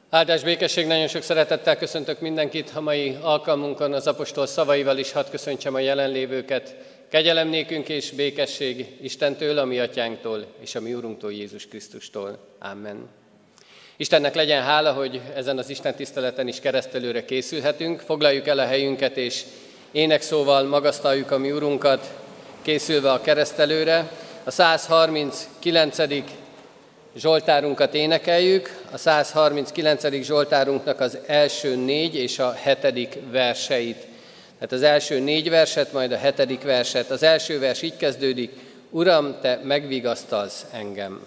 Áldás békesség, nagyon sok szeretettel köszöntök mindenkit. A mai alkalmunkon az apostol szavaival is hadd köszöntsem a jelenlévőket. Kegyelem nékünk és békesség Istentől, a mi atyánktól és a mi Urunktól, Jézus Krisztustól. Amen. Istennek legyen hála, hogy ezen az Isten tiszteleten is keresztelőre készülhetünk. Foglaljuk el a helyünket és énekszóval magasztaljuk a mi Urunkat, készülve a keresztelőre. A 139. Zsoltárunkat énekeljük, a 139. Zsoltárunknak az első 4 és a 7. verseit. Tehát az első 4 verset, majd a 7. verset. Az első vers így kezdődik: Uram, te megvigasztalsz engem.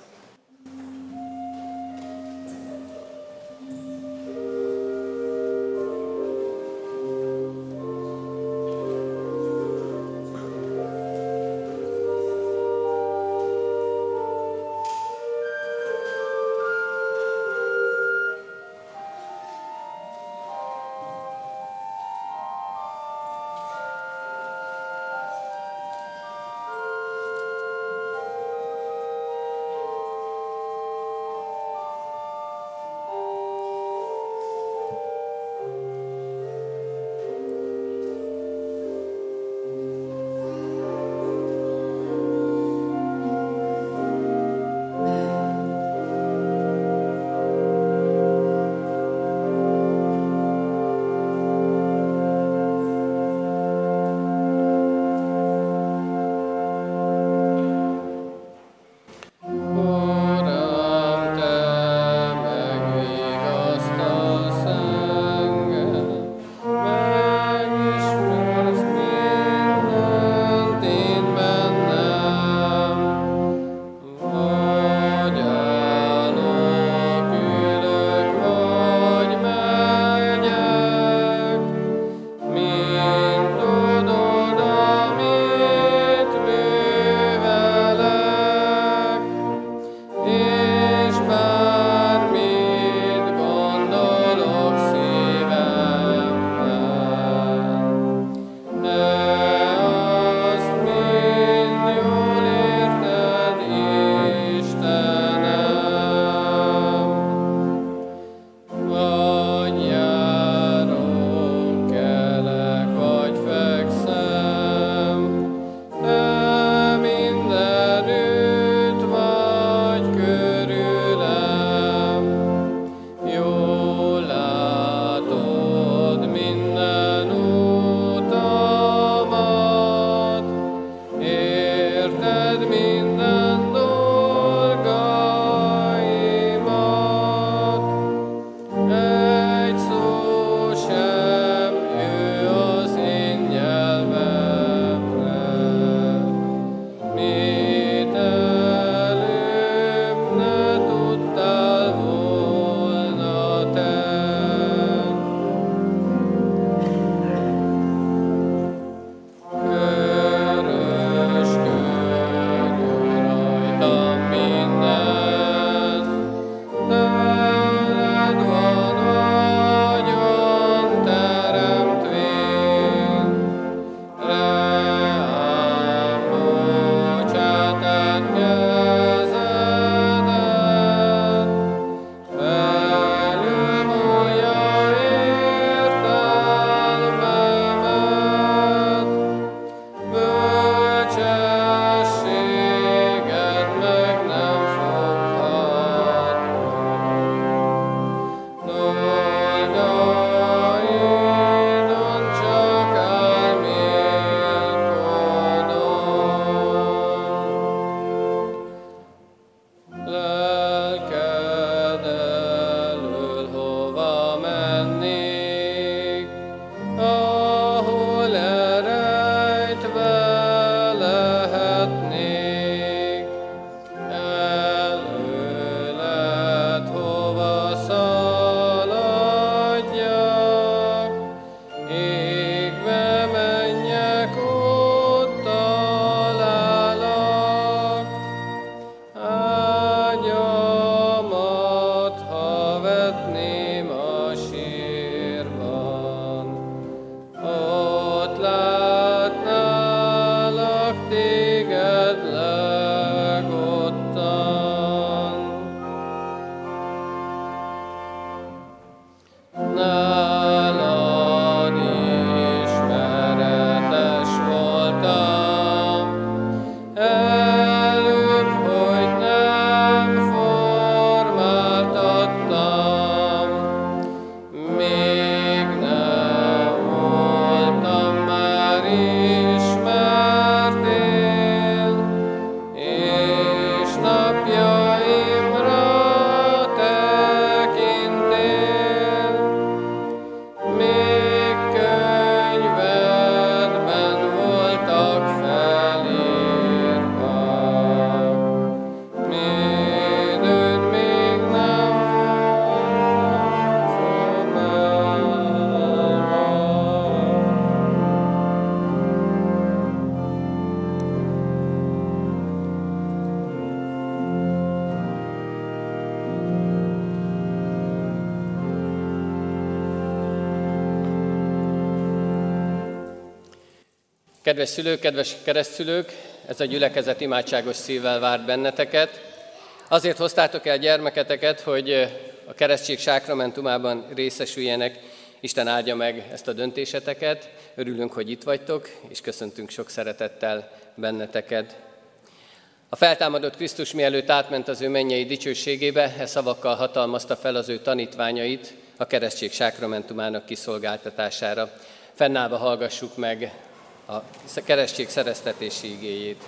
Kedves szülők, kedves keresztszülők, ez a gyülekezet imádságos szívvel vár benneteket. Azért hoztátok el gyermeketeket, hogy a keresztség sákramentumában részesüljenek. Isten áldja meg ezt a döntéseteket. Örülünk, hogy itt vagytok, és köszöntünk sok szeretettel benneteket. A feltámadott Krisztus mielőtt átment az ő mennyei dicsőségébe, e szavakkal hatalmazta fel az ő tanítványait a keresztség sákramentumának kiszolgáltatására. Fennállva hallgassuk meg a keresztség szereztetési igéjét.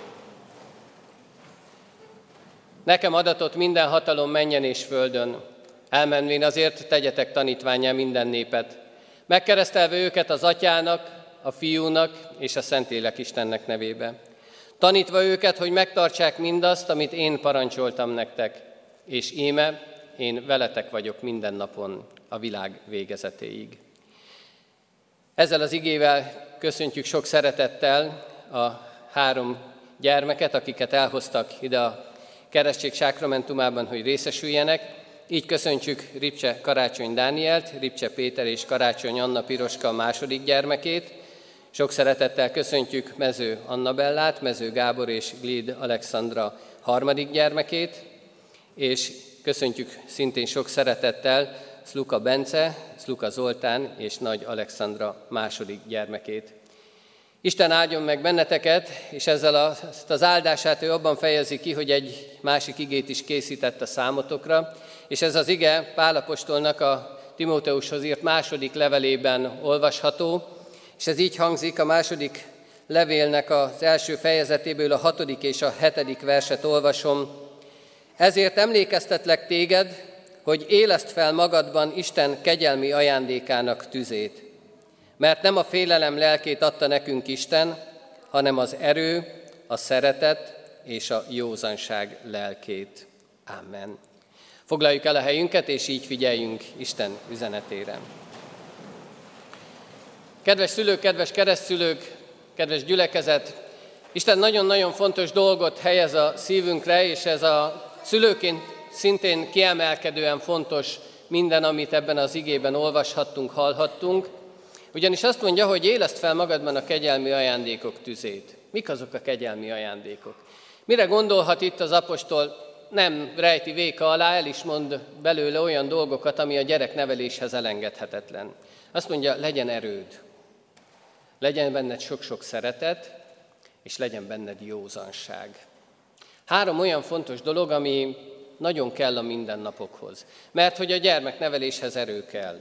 Nekem adatott minden hatalom mennyen és földön. Elmenvén azért tegyetek tanítvánnyá minden népet, megkeresztelve őket az Atyának, a Fiúnak és a Szentlélek Istennek nevébe. Tanítva őket, hogy megtartsák mindazt, amit én parancsoltam nektek, és íme, én veletek vagyok minden napon, a világ végezetéig. Ezzel az igével köszöntjük sok szeretettel a 3 gyermeket, akiket elhoztak ide a keresztség sákramentumában, hogy részesüljenek. Így köszöntjük Ripcse Karácsony Dánielt, Ripcse Péter és Karácsony Anna Piroska második gyermekét. Sok szeretettel köszöntjük Mező Annabellát, Mező Gábor és Glid Alexandra harmadik gyermekét, és köszöntjük szintén sok szeretettel Szluka Bence, Szluka Zoltán és Nagy Alexandra második gyermekét. Isten áldjon meg benneteket, és ezzel az áldását ő abban fejezi ki, hogy egy másik igét is készített a számotokra, és ez az ige Pál apostolnak a Timóteushoz írt második levelében olvasható, és ez így hangzik, a második levélnek az első fejezetéből a 6. és a 7. verset olvasom. Ezért emlékeztetlek téged, hogy éleszd fel magadban Isten kegyelmi ajándékának tüzét. Mert nem a félelem lelkét adta nekünk Isten, hanem az erő, a szeretet és a józanság lelkét. Amen. Foglaljuk el a helyünket, és így figyeljünk Isten üzenetére. Kedves szülők, kedves keresztszülők, kedves gyülekezet, Isten nagyon-nagyon fontos dolgot helyez a szívünkre, és ez a szülőként szintén kiemelkedően fontos minden, amit ebben az igében olvashattunk, hallhattunk. Ugyanis azt mondja, hogy éleszd fel magadban a kegyelmi ajándékok tüzét. Mik azok a kegyelmi ajándékok? Mire gondolhat itt az apostol? Nem rejti véka alá, el is mond belőle olyan dolgokat, ami a gyerekneveléshez elengedhetetlen. Azt mondja, legyen erőd, legyen benned sok-sok szeretet, és legyen benned józanság. 3 olyan fontos dolog, ami nagyon kell a mindennapokhoz. Mert hogy a gyermekneveléshez erő kell.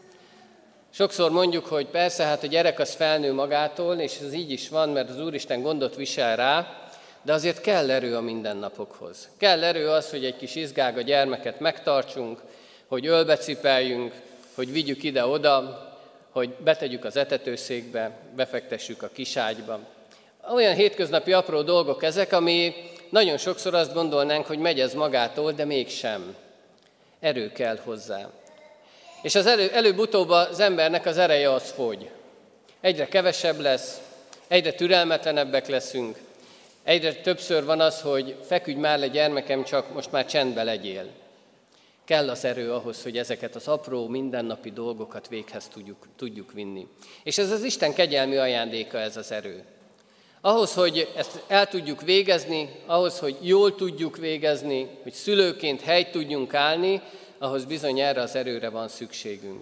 Sokszor mondjuk, hogy persze, hát a gyerek az felnő magától, és ez így is van, mert az Úristen gondot visel rá, de azért kell erő a mindennapokhoz. Kell erő az, hogy egy kis izgága gyermeket megtartsunk, hogy ölbecipeljünk, hogy vigyük ide-oda, hogy betegyük az etetőszékbe, befektessük a kiságyba. Olyan hétköznapi apró dolgok ezek, ami nagyon sokszor azt gondolnánk, hogy megy ez magától, de mégsem. Erő kell hozzá. És az előbb-utóbb az embernek az ereje az fogy. Egyre kevesebb lesz, egyre türelmetlenebbek leszünk, egyre többször van az, hogy feküdj már le gyermekem, csak most már csendbe legyél. Kell az erő ahhoz, hogy ezeket az apró, mindennapi dolgokat véghez tudjuk vinni. És ez az Isten kegyelmi ajándéka, ez az erő. Ahhoz, hogy ezt el tudjuk végezni, ahhoz, hogy jól tudjuk végezni, hogy szülőként helyt tudjunk állni, ahhoz bizony erre az erőre van szükségünk.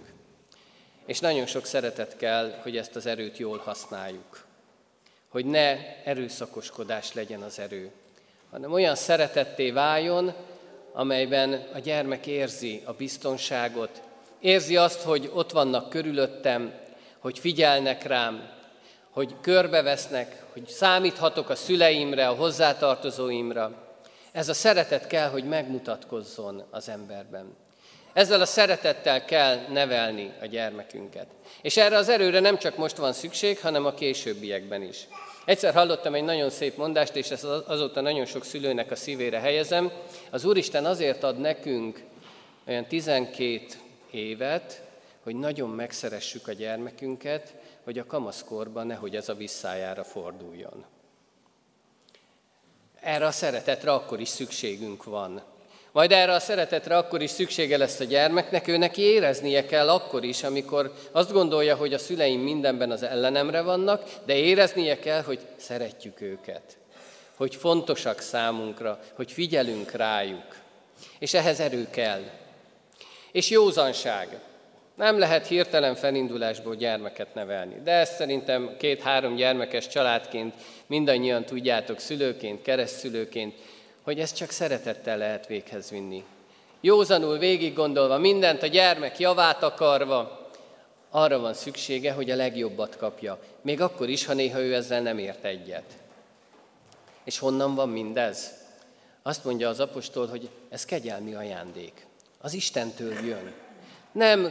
És nagyon sok szeretet kell, hogy ezt az erőt jól használjuk. Hogy ne erőszakoskodás legyen az erő, hanem olyan szeretetté váljon, amelyben a gyermek érzi a biztonságot, érzi azt, hogy ott vannak körülöttem, hogy figyelnek rám, hogy körbevesznek, hogy számíthatok a szüleimre, a hozzátartozóimra. Ez a szeretet kell, hogy megmutatkozzon az emberben. Ezzel a szeretettel kell nevelni a gyermekünket. És erre az erőre nem csak most van szükség, hanem a későbbiekben is. Egyszer hallottam egy nagyon szép mondást, és ezt azóta nagyon sok szülőnek a szívére helyezem. Az Úristen azért ad nekünk olyan 12 évet, hogy nagyon megszeressük a gyermekünket, hogy a kamaszkorban nehogy ez a visszájára forduljon. Erre a szeretetre akkor is szükségünk van. Majd erre a szeretetre akkor is szüksége lesz a gyermeknek, ő neki éreznie kell akkor is, amikor azt gondolja, hogy a szüleim mindenben az ellenemre vannak, de éreznie kell, hogy szeretjük őket, hogy fontosak számunkra, hogy figyelünk rájuk. És ehhez erő kell. És józanság. Nem lehet hirtelen felindulásból gyermeket nevelni, de ezt szerintem 2-3 gyermekes családként mindannyian tudjátok, szülőként, keresztszülőként, hogy ezt csak szeretettel lehet véghez vinni. Józanul végig gondolva, mindent a gyermek javát akarva, arra van szüksége, hogy a legjobbat kapja. Még akkor is, ha néha ő ezzel nem ért egyet. És honnan van mindez? Azt mondja az apostol, hogy ez kegyelmi ajándék. Az Istentől jön. Nem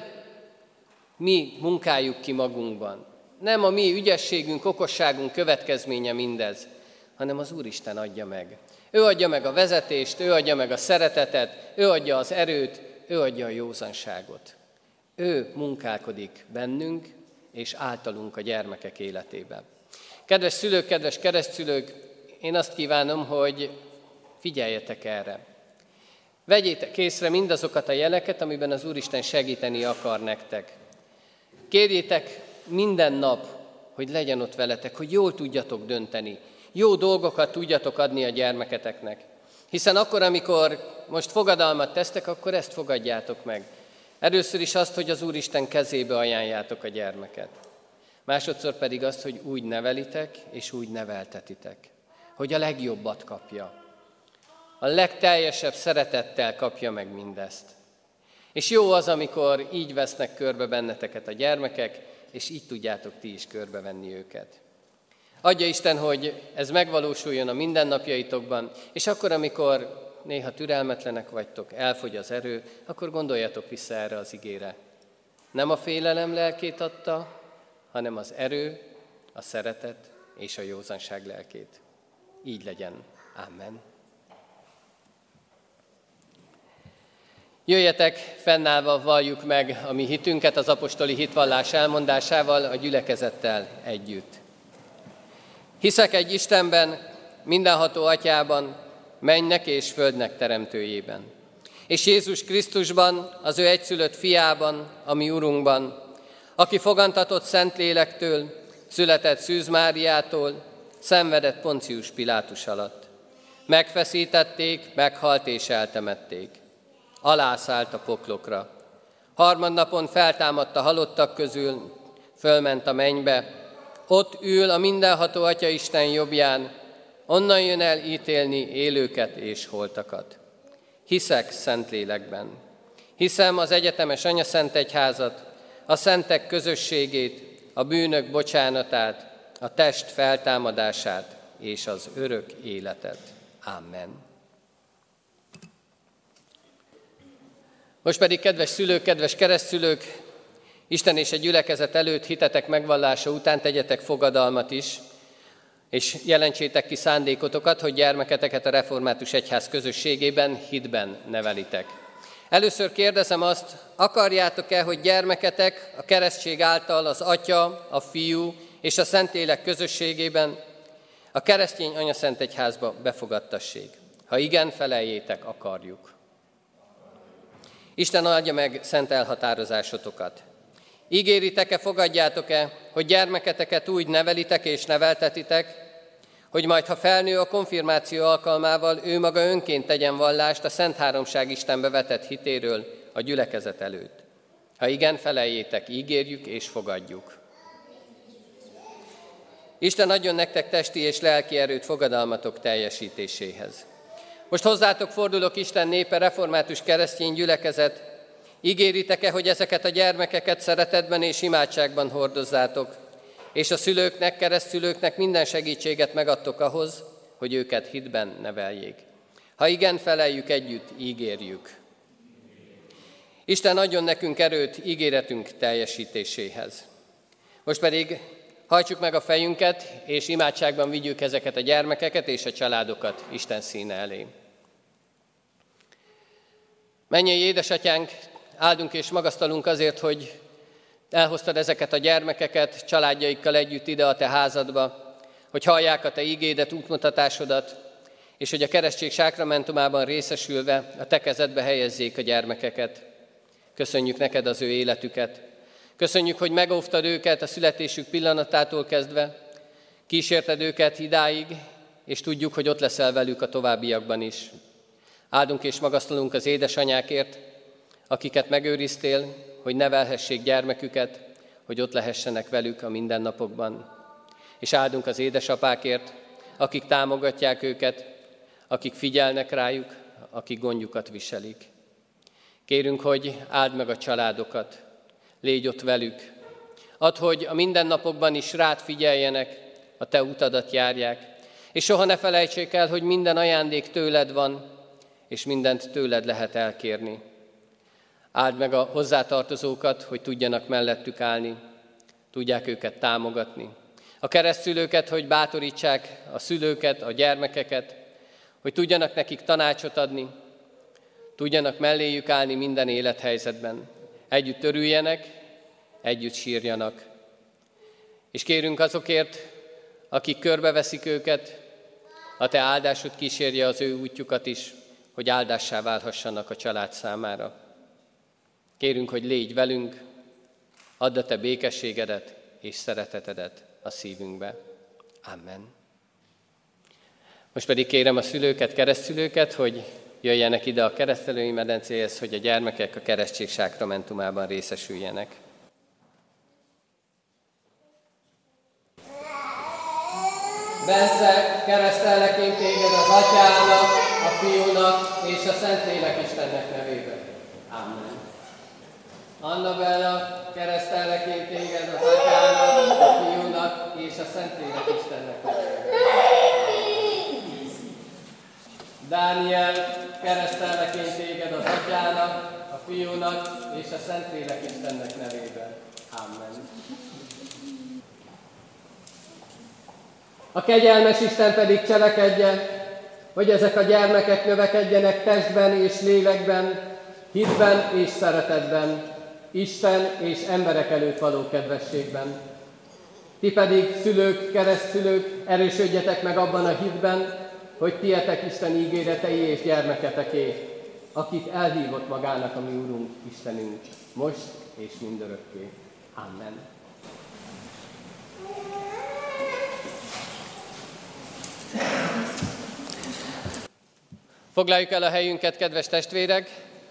mi munkáljuk ki magunkban. Nem a mi ügyességünk, okosságunk következménye mindez, hanem az Úristen adja meg. Ő adja meg a vezetést, ő adja meg a szeretetet, ő adja az erőt, ő adja a józanságot. Ő munkálkodik bennünk és általunk a gyermekek életében. Kedves szülők, kedves keresztszülők, én azt kívánom, hogy figyeljetek erre. Vegyétek észre mindazokat a jeleket, amiben az Úristen segíteni akar nektek. Kérjétek minden nap, hogy legyen ott veletek, hogy jól tudjatok dönteni, jó dolgokat tudjatok adni a gyermeketeknek. Hiszen akkor, amikor most fogadalmat tesztek, akkor ezt fogadjátok meg. Először is azt, hogy az Úristen kezébe ajánljátok a gyermeket. Másodszor pedig azt, hogy úgy nevelitek és úgy neveltetitek, hogy a legjobbat kapja. A legteljesebb szeretettel kapja meg mindezt. És jó az, amikor így vesznek körbe benneteket a gyermekek, és így tudjátok ti is körbevenni őket. Adja Isten, hogy ez megvalósuljon a mindennapjaitokban, és akkor, amikor néha türelmetlenek vagytok, elfogy az erő, akkor gondoljatok vissza erre az igére. Nem a félelem lelkét adta, hanem az erő, a szeretet és a józanság lelkét. Így legyen. Amen. Jöjjetek, fennállva valljuk meg a mi hitünket az apostoli hitvallás elmondásával, a gyülekezettel együtt. Hiszek egy Istenben, mindenható Atyában, mennynek és földnek teremtőjében. És Jézus Krisztusban, az ő egyszülött fiában, a mi Urunkban, aki fogantatott Szentlélektől, született Szűz Máriától, szenvedett Poncius Pilátus alatt. Megfeszítették, meghalt és eltemették. Alászállt a poklokra. Harmadnapon feltámadt a halottak közül, fölment a mennybe, ott ül a mindenható Atya Isten jobbján, onnan jön el ítélni élőket és holtakat. Hiszek Szentlélekben. Hiszem az egyetemes anyaszentegyházat, a szentek közösségét, a bűnök bocsánatát, a test feltámadását és az örök életet. Amen. Most pedig, kedves szülők, kedves keresztszülők, Isten és a gyülekezet előtt hitetek megvallása után tegyetek fogadalmat is, és jelentsétek ki szándékotokat, hogy gyermeketeket a Református Egyház közösségében, hitben nevelitek. Először kérdezem azt, akarjátok-e, hogy gyermeketek a keresztség által az Atya, a Fiú és a Szentlélek közösségében a keresztény anyaszentegyházba befogadtassék? Ha igen, feleljétek, akarjuk. Isten adja meg szent elhatározásotokat. Ígéritek-e, fogadjátok-e, hogy gyermeketeket úgy nevelitek és neveltetitek, hogy majd, ha felnő a konfirmáció alkalmával, ő maga önként tegyen vallást a Szent Háromság Istenbe vetett hitéről a gyülekezet előtt? Ha igen, feleljétek, ígérjük és fogadjuk. Isten adjon nektek testi és lelki erőt fogadalmatok teljesítéséhez. Most hozzátok fordulok, Isten népe, református keresztény gyülekezet, ígéritek-e, hogy ezeket a gyermekeket szeretetben és imádságban hordozzátok, és a szülőknek, keresztszülőknek minden segítséget megadtok ahhoz, hogy őket hitben neveljék? Ha igen, feleljük együtt, ígérjük. Isten adjon nekünk erőt ígéretünk teljesítéséhez. Most pedig hajtsuk meg a fejünket, és imádságban vigyük ezeket a gyermekeket és a családokat Isten színe elé. Mennyei édesatyánk, áldunk és magasztalunk azért, hogy elhoztad ezeket a gyermekeket családjaikkal együtt ide a te házadba, hogy hallják a te ígédet, útmutatásodat, és hogy a keresztség sákramentumában részesülve a te kezedbe helyezzék a gyermekeket. Köszönjük neked az ő életüket. Köszönjük, hogy megóvtad őket a születésük pillanatától kezdve, kísérted őket idáig, és tudjuk, hogy ott leszel velük a továbbiakban is. Áldunk és magasztalunk az édesanyákért, akiket megőriztél, hogy nevelhessék gyermeküket, hogy ott lehessenek velük a mindennapokban. És áldunk az édesapákért, akik támogatják őket, akik figyelnek rájuk, akik gondjukat viselik. Kérünk, hogy áld meg a családokat, légy ott velük. Add, hogy a mindennapokban is rád figyeljenek, a te utadat járják, és soha ne felejtsék el, hogy minden ajándék tőled van, és mindent tőled lehet elkérni. Áld meg a hozzátartozókat, hogy tudjanak mellettük állni, tudják őket támogatni. A keresztszülőket, hogy bátorítsák a szülőket, a gyermekeket, hogy tudjanak nekik tanácsot adni, tudjanak melléjük állni minden élethelyzetben. Együtt örüljenek, együtt sírjanak. És kérünk azokért, akik körbeveszik őket, a te áldásod kísérje az ő útjukat is, hogy áldássá válhassanak a család számára. Kérünk, hogy légy velünk, add a te békességedet és szeretetedet a szívünkbe. Amen. Most pedig kérem a szülőket, keresztszülőket, hogy jöjjenek ide a keresztelői medencéhez, hogy a gyermekek a keresztség sákramentumában részesüljenek. Bence, keresztellek én téged az Atyának, a Fiúnak és a Szentlélek Istennek nevében. Amen. Annabella, keresztellek én téged az Atyának, a Fiúnak és a Szentlélek Istennek nevében. Dániel, keresztellek én téged az Atyának, a Fiúnak és a Szentlélek Istennek nevében. Amen. A kegyelmes Isten pedig cselekedje, hogy ezek a gyermekek növekedjenek testben és lélekben, hitben és szeretetben, Isten és emberek előtt való kedvességben. Ti pedig, szülők, keresztszülők, erősödjetek meg abban a hitben, hogy tietek Isten ígéretei és gyermeketeké, akit elhívott magának a mi Urunk, Istenünk, most és mindörökké. Amen. Foglaljuk el a helyünket, kedves testvérek,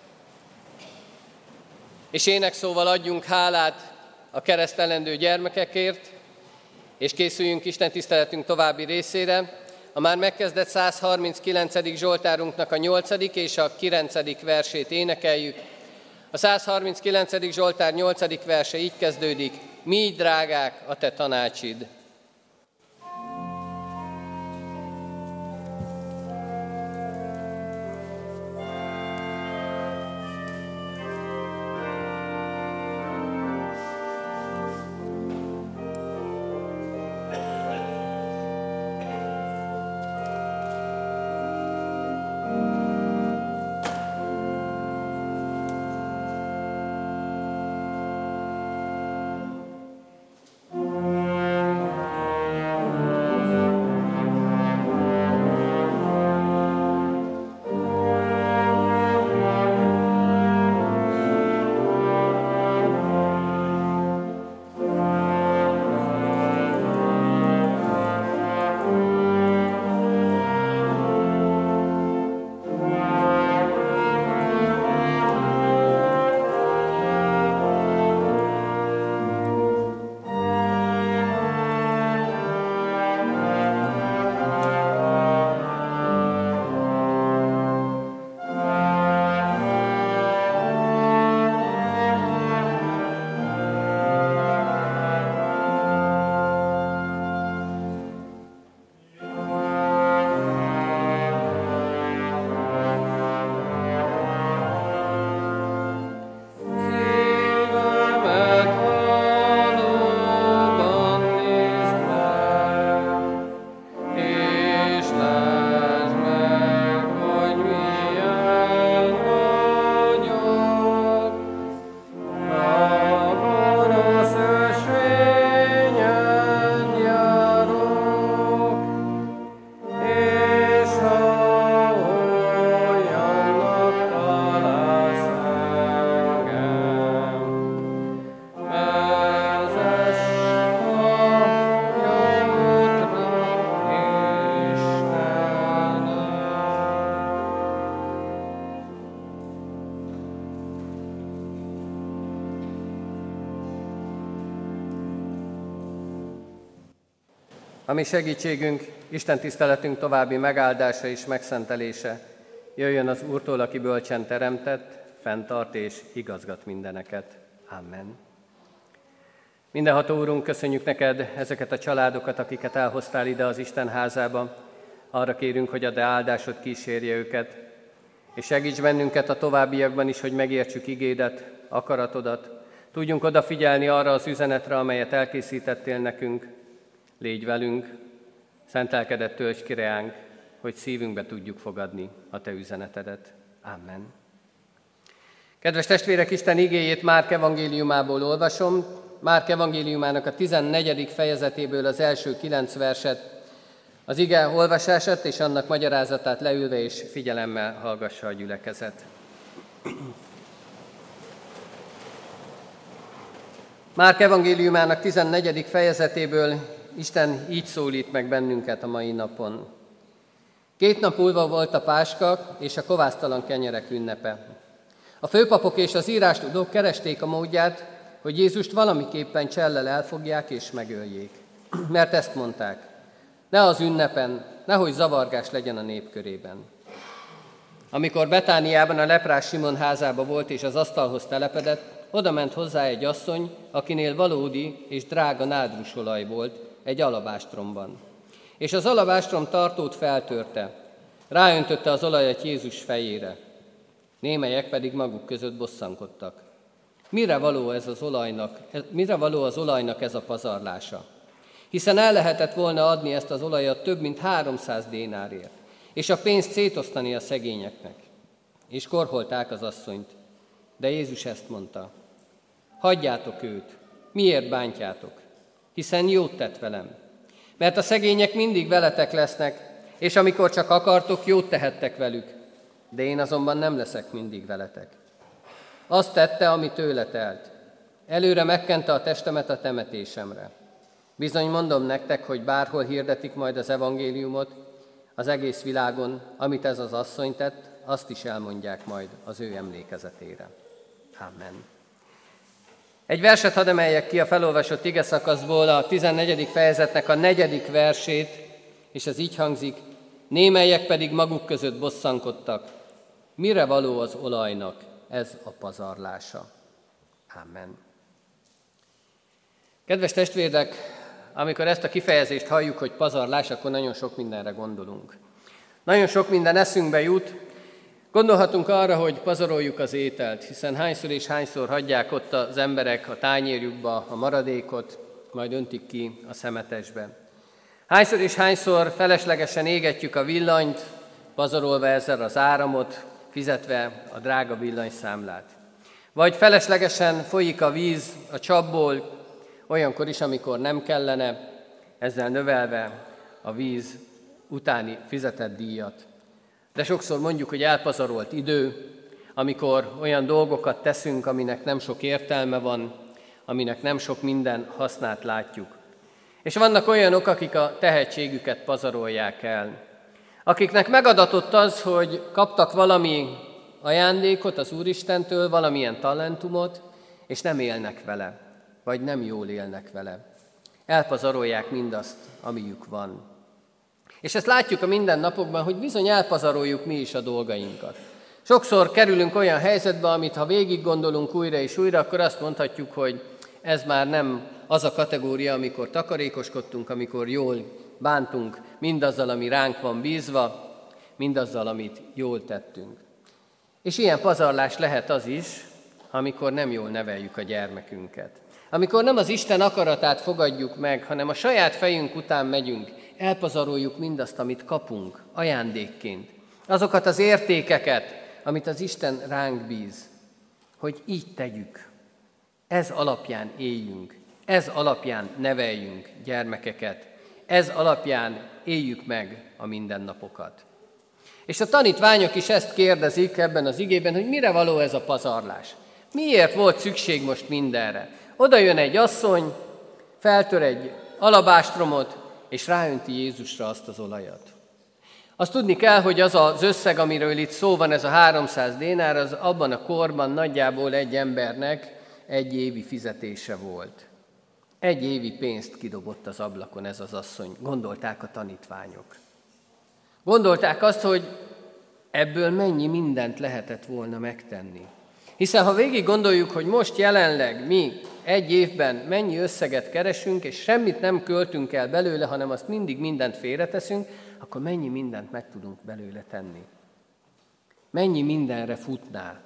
és énekszóval adjunk hálát a keresztelendő gyermekekért, és készüljünk Isten tiszteletünk további részére. A már megkezdett 139. Zsoltárunknak a 8. és a 9. versét énekeljük. A 139. Zsoltár 8. verse így kezdődik: Mi drágák a te tanácsid! A mi segítségünk, Isten tiszteletünk további megáldása és megszentelése jöjjön az Úrtól, aki bölcsen teremtett, fenntart és igazgat mindeneket. Amen. Mindenható Úrunk, köszönjük neked ezeket a családokat, akiket elhoztál ide az Isten házába. Arra kérünk, hogy a te áldásod kísérje őket, és segíts bennünket a továbbiakban is, hogy megértsük igédet, akaratodat. Tudjunk odafigyelni arra az üzenetre, amelyet elkészítettél nekünk. Légy velünk, szent lelkedet tölts ki reánk, hogy szívünkbe tudjuk fogadni a te üzenetedet. Amen. Kedves testvérek, Isten igéjét Márk evangéliumából olvasom. Márk evangéliumának a 14. fejezetéből az első 9 verset, az ige olvasását és annak magyarázatát leülve és figyelemmel hallgassa a gyülekezet. Márk evangéliumának 14. fejezetéből Isten így szólít meg bennünket a mai napon. 2 nap múlva volt a Páska és a kovásztalan kenyerek ünnepe. A főpapok és az írástudók keresték a módját, hogy Jézust valamiképpen csellel elfogják és megöljék. Mert ezt mondták, ne az ünnepen, nehogy zavargás legyen a nép körében. Amikor Betániában a leprás Simon házába volt és az asztalhoz telepedett, oda ment hozzá egy asszony, akinél valódi és drága nádrusolaj volt egy alabástromban. És az alabástrom tartót feltörte, ráöntötte az olajat Jézus fejére. Némelyek pedig maguk között bosszankodtak. Mire való az olajnak ez a pazarlása? Hiszen el lehetett volna adni ezt az olajat több mint 300 dénárért, és a pénzt szétosztani a szegényeknek. És korholták az asszonyt. De Jézus ezt mondta, hagyjátok őt, miért bántjátok? Hiszen jót tett velem. Mert a szegények mindig veletek lesznek, és amikor csak akartok, jót tehettek velük, de én azonban nem leszek mindig veletek. Azt tette, ami tőle telt. Előre megkente a testemet a temetésemre. Bizony mondom nektek, hogy bárhol hirdetik majd az evangéliumot, az egész világon, amit ez az asszony tett, azt is elmondják majd az ő emlékezetére. Amen. Egy verset hadd emeljek ki a felolvasott igeszakaszból, a 14. fejezetnek a 4. versét, és ez így hangzik, némelyek pedig maguk között bosszankodtak. Mire való az olajnak ez a pazarlása? Amen. Kedves testvérek, amikor ezt a kifejezést halljuk, hogy pazarlás, akkor nagyon sok mindenre gondolunk. Nagyon sok minden eszünkbe jut. Gondolhatunk arra, hogy pazaroljuk az ételt, hiszen hányszor és hányszor hagyják ott az emberek a tányérjukba a maradékot, majd öntik ki a szemetesbe. Hányszor és hányszor feleslegesen égetjük a villanyt, pazarolva ezzel az áramot, fizetve a drága villanyszámlát. Vagy feleslegesen folyik a víz a csapból, olyankor is, amikor nem kellene, ezzel növelve a víz utáni fizetett díjat. De sokszor mondjuk, hogy elpazarolt idő, amikor olyan dolgokat teszünk, aminek nem sok értelme van, aminek nem sok minden hasznát látjuk. És vannak olyanok, akik a tehetségüket pazarolják el. Akiknek megadatott az, hogy kaptak valami ajándékot az Úristentől, valamilyen talentumot, és nem élnek vele, vagy nem jól élnek vele. Elpazarolják mindazt, amiük van. És ezt látjuk a mindennapokban, hogy bizony elpazaroljuk mi is a dolgainkat. Sokszor kerülünk olyan helyzetbe, amit ha végig gondolunk újra és újra, akkor azt mondhatjuk, hogy ez már nem az a kategória, amikor takarékoskodtunk, amikor jól bántunk mindazzal, ami ránk van bízva, mindazzal, amit jól tettünk. És ilyen pazarlás lehet az is, amikor nem jól neveljük a gyermekünket. Amikor nem az Isten akaratát fogadjuk meg, hanem a saját fejünk után megyünk, elpazaroljuk mindazt, amit kapunk ajándékként. Azokat az értékeket, amit az Isten ránk bíz, hogy így tegyük. Ez alapján éljünk, ez alapján neveljünk gyermekeket, ez alapján éljük meg a mindennapokat. És a tanítványok is ezt kérdezik ebben az igében, hogy mire való ez a pazarlás. Miért volt szükség most mindenre? Oda jön egy asszony, feltör egy alabástromot, és ráönti Jézusra azt az olajat. Azt tudni kell, hogy az az összeg, amiről itt szó van, ez a 300 dénár, az abban a korban nagyjából egy embernek egy évi fizetése volt. 1 évi pénzt kidobott az ablakon ez az asszony, gondolták a tanítványok. Gondolták azt, hogy ebből mennyi mindent lehetett volna megtenni. Hiszen ha végig gondoljuk, hogy most jelenleg mi 1 évben mennyi összeget keresünk, és semmit nem költünk el belőle, hanem azt mindig mindent félreteszünk, akkor mennyi mindent meg tudunk belőle tenni. Mennyi mindenre futnál.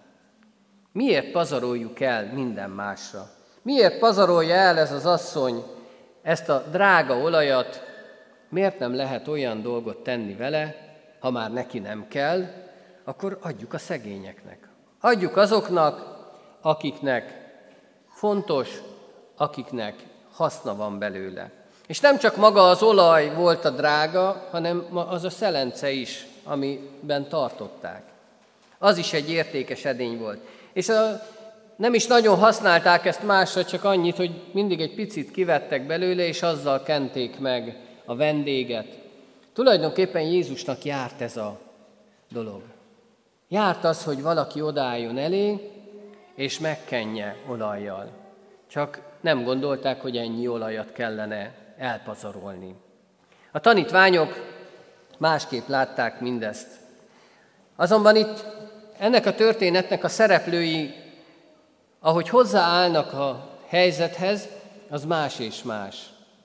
Miért pazaroljuk el minden másra? Miért pazarolja el ez az asszony ezt a drága olajat? Miért nem lehet olyan dolgot tenni vele, ha már neki nem kell, akkor adjuk a szegényeknek. Adjuk azoknak, akiknek fontos, akiknek haszna van belőle. És nem csak maga az olaj volt a drága, hanem az a szelence is, amiben tartották. Az is egy értékes edény volt. És nem is nagyon használták ezt másra, csak annyit, hogy mindig egy picit kivettek belőle, és azzal kenték meg a vendéget. Tulajdonképpen Jézusnak járt ez a dolog. Járt az, hogy valaki odaálljon elé, és megkenje olajjal. Csak nem gondolták, hogy ennyi olajat kellene elpazarolni. A tanítványok másképp látták mindezt. Azonban itt ennek a történetnek a szereplői, ahogy hozzáállnak a helyzethez, az más és más.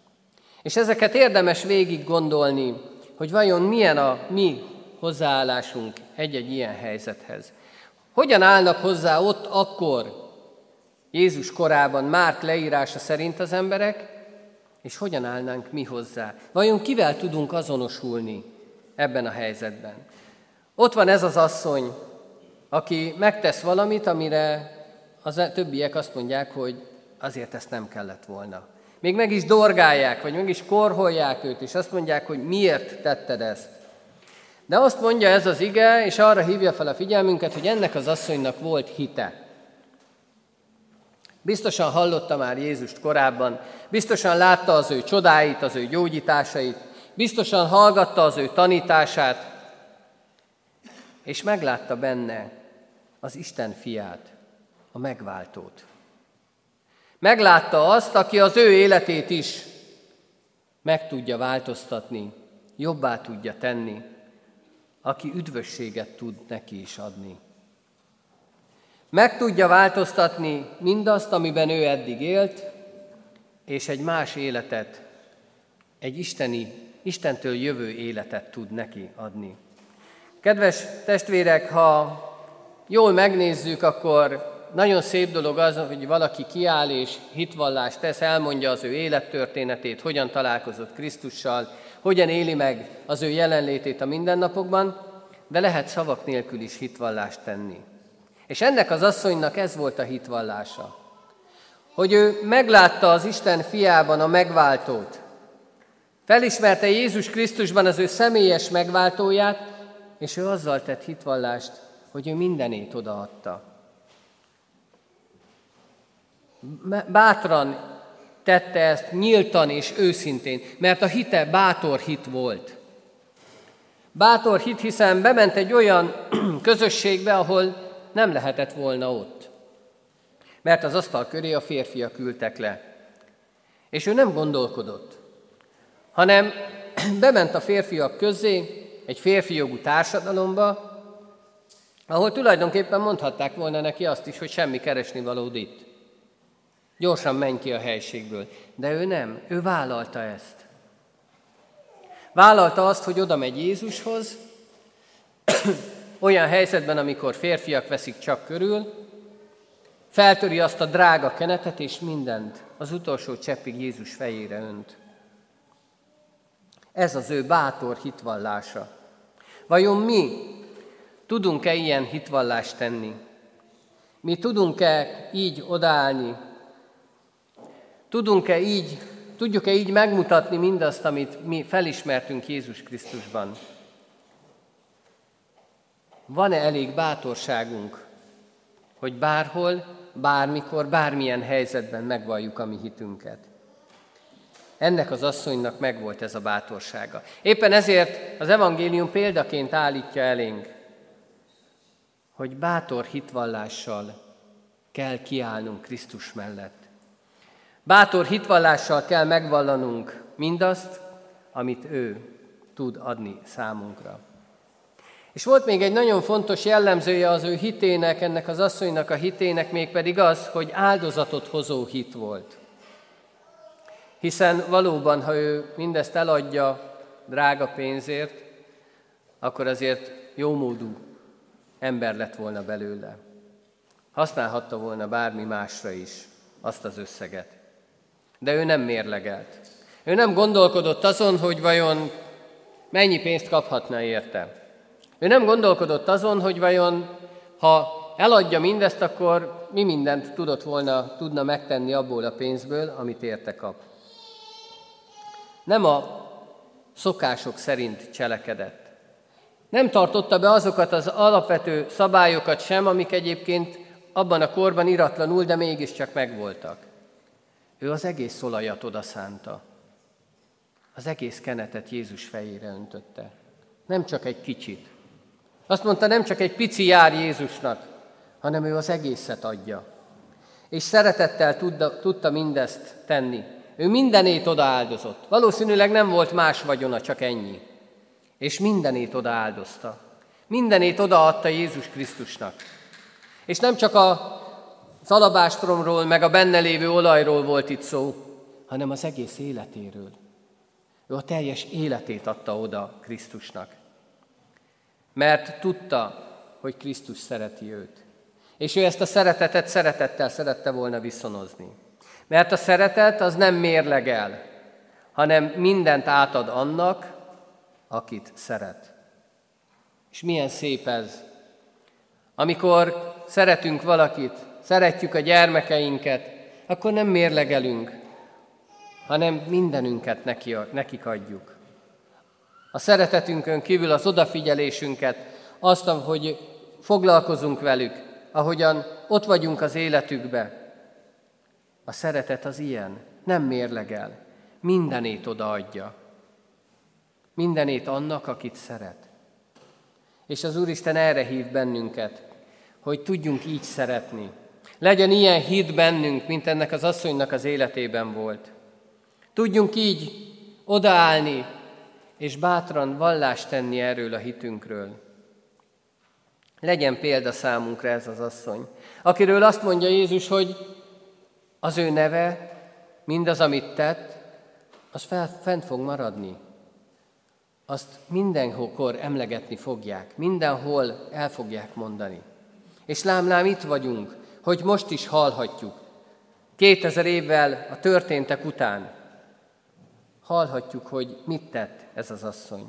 És ezeket érdemes végig gondolni, hogy vajon milyen a mi hozzáállásunk egy-egy ilyen helyzethez. Hogyan állnak hozzá ott akkor, Jézus korában, Márk leírása szerint az emberek, és hogyan állnánk mi hozzá? Vajon kivel tudunk azonosulni ebben a helyzetben? Ott van ez az asszony, aki megtesz valamit, amire a többiek azt mondják, hogy azért ezt nem kellett volna. Még meg is dorgálják, vagy meg is korholják őt, és azt mondják, hogy miért tetted ezt. De azt mondja ez az ige, és arra hívja fel a figyelmünket, hogy ennek az asszonynak volt hite. Biztosan hallotta már Jézust korábban, biztosan látta az ő csodáit, az ő gyógyításait, biztosan hallgatta az ő tanítását, és meglátta benne az Isten fiát, a megváltót. Meglátta azt, aki az ő életét is meg tudja változtatni, jobbá tudja tenni, aki üdvösséget tud neki is adni. Meg tudja változtatni mindazt, amiben ő eddig élt, és egy más életet, egy Istentől jövő életet tud neki adni. Kedves testvérek, ha jól megnézzük, akkor nagyon szép dolog az, hogy valaki kiáll és hitvallást tesz, elmondja az ő élettörténetét, hogyan találkozott Krisztussal, hogyan éli meg az ő jelenlétét a mindennapokban, de lehet szavak nélkül is hitvallást tenni. És ennek az asszonynak ez volt a hitvallása, hogy ő meglátta az Isten fiában a megváltót, felismerte Jézus Krisztusban az ő személyes megváltóját, és ő azzal tett hitvallást, hogy ő mindenét odaadta. Bátran tette ezt, nyíltan és őszintén, mert a hite bátor hit volt. Bátor hit, hiszen bement egy olyan közösségbe, ahol nem lehetett volna ott. Mert az asztal köré a férfiak ültek le. És ő nem gondolkodott, hanem bement a férfiak közé, egy férfi jogú társadalomba, ahol tulajdonképpen mondhatták volna neki azt is, hogy semmi keresnivalód itt. Gyorsan menj ki a helységből. De ő nem, ő vállalta ezt. Vállalta azt, hogy oda megy Jézushoz, olyan helyzetben, amikor férfiak veszik csak körül, feltöri azt a drága kenetet, és mindent az utolsó cseppig Jézus fejére önt. Ez az ő bátor hitvallása. Vajon mi tudunk-e ilyen hitvallást tenni? Mi tudunk-e így odaállni? Tudjuk-e így megmutatni mindazt, amit mi felismertünk Jézus Krisztusban? Van-e elég bátorságunk, hogy bárhol, bármikor, bármilyen helyzetben megvalljuk a mi hitünket? Ennek az asszonynak megvolt ez a bátorsága. Éppen ezért az evangélium példaként állítja elénk, hogy bátor hitvallással kell kiállnunk Krisztus mellett. Bátor hitvallással kell megvallanunk mindazt, amit ő tud adni számunkra. És volt még egy nagyon fontos jellemzője az ő hitének, ennek az asszonynak a hitének, mégpedig az, hogy áldozatot hozó hit volt. Hiszen valóban, ha ő mindezt eladja drága pénzért, akkor azért jómódú ember lett volna belőle. Használhatta volna bármi másra is azt az összeget. De ő nem mérlegelt. Ő nem gondolkodott azon, hogy vajon mennyi pénzt kaphatna érte. Ő nem gondolkodott azon, hogy vajon, ha eladja mindezt, akkor mi mindent tudna megtenni abból a pénzből, amit érte kap. Nem a szokások szerint cselekedett. Nem tartotta be azokat az alapvető szabályokat sem, amik egyébként abban a korban iratlanul, de mégiscsak megvoltak. Ő az egész olajat odaszánta. Az egész kenetet Jézus fejére öntötte. Nem csak egy kicsit. Azt mondta, nem csak egy pici jár Jézusnak, hanem ő az egészet adja. És szeretettel tudta mindezt tenni. Ő mindenét odaáldozott. Valószínűleg nem volt más vagyona, csak ennyi. És mindenét odaáldozta. Mindenét odaadta Jézus Krisztusnak. És nem csak az alabástromról, meg a benne lévő olajról volt itt szó, hanem az egész életéről. Ő a teljes életét adta oda Krisztusnak. Mert tudta, hogy Krisztus szereti őt. És ő ezt a szeretetet szeretettel szerette volna viszonozni. Mert a szeretet az nem mérlegel, hanem mindent átad annak, akit szeret. És milyen szép ez, amikor szeretünk valakit, szeretjük a gyermekeinket, akkor nem mérlegelünk, hanem mindenünket nekik adjuk. A szeretetünkön kívül az odafigyelésünket, azt, hogy foglalkozunk velük, ahogyan ott vagyunk az életükbe. A szeretet az ilyen, nem mérlegel, mindenét odaadja. Mindenét annak, akit szeret. És az Úristen erre hív bennünket, hogy tudjunk így szeretni. Legyen ilyen hit bennünk, mint ennek az asszonynak az életében volt. Tudjunk így odaállni, és bátran vallást tenni erről a hitünkről. Legyen példa számunkra ez az asszony, akiről azt mondja Jézus, hogy az ő neve, mindaz, amit tett, az fent fog maradni. Azt mindenhol emlegetni fogják, mindenhol el fogják mondani. És lám itt vagyunk, hogy most is hallhatjuk. 2000 évvel a történtek után hallhatjuk, hogy mit tett ez az asszony.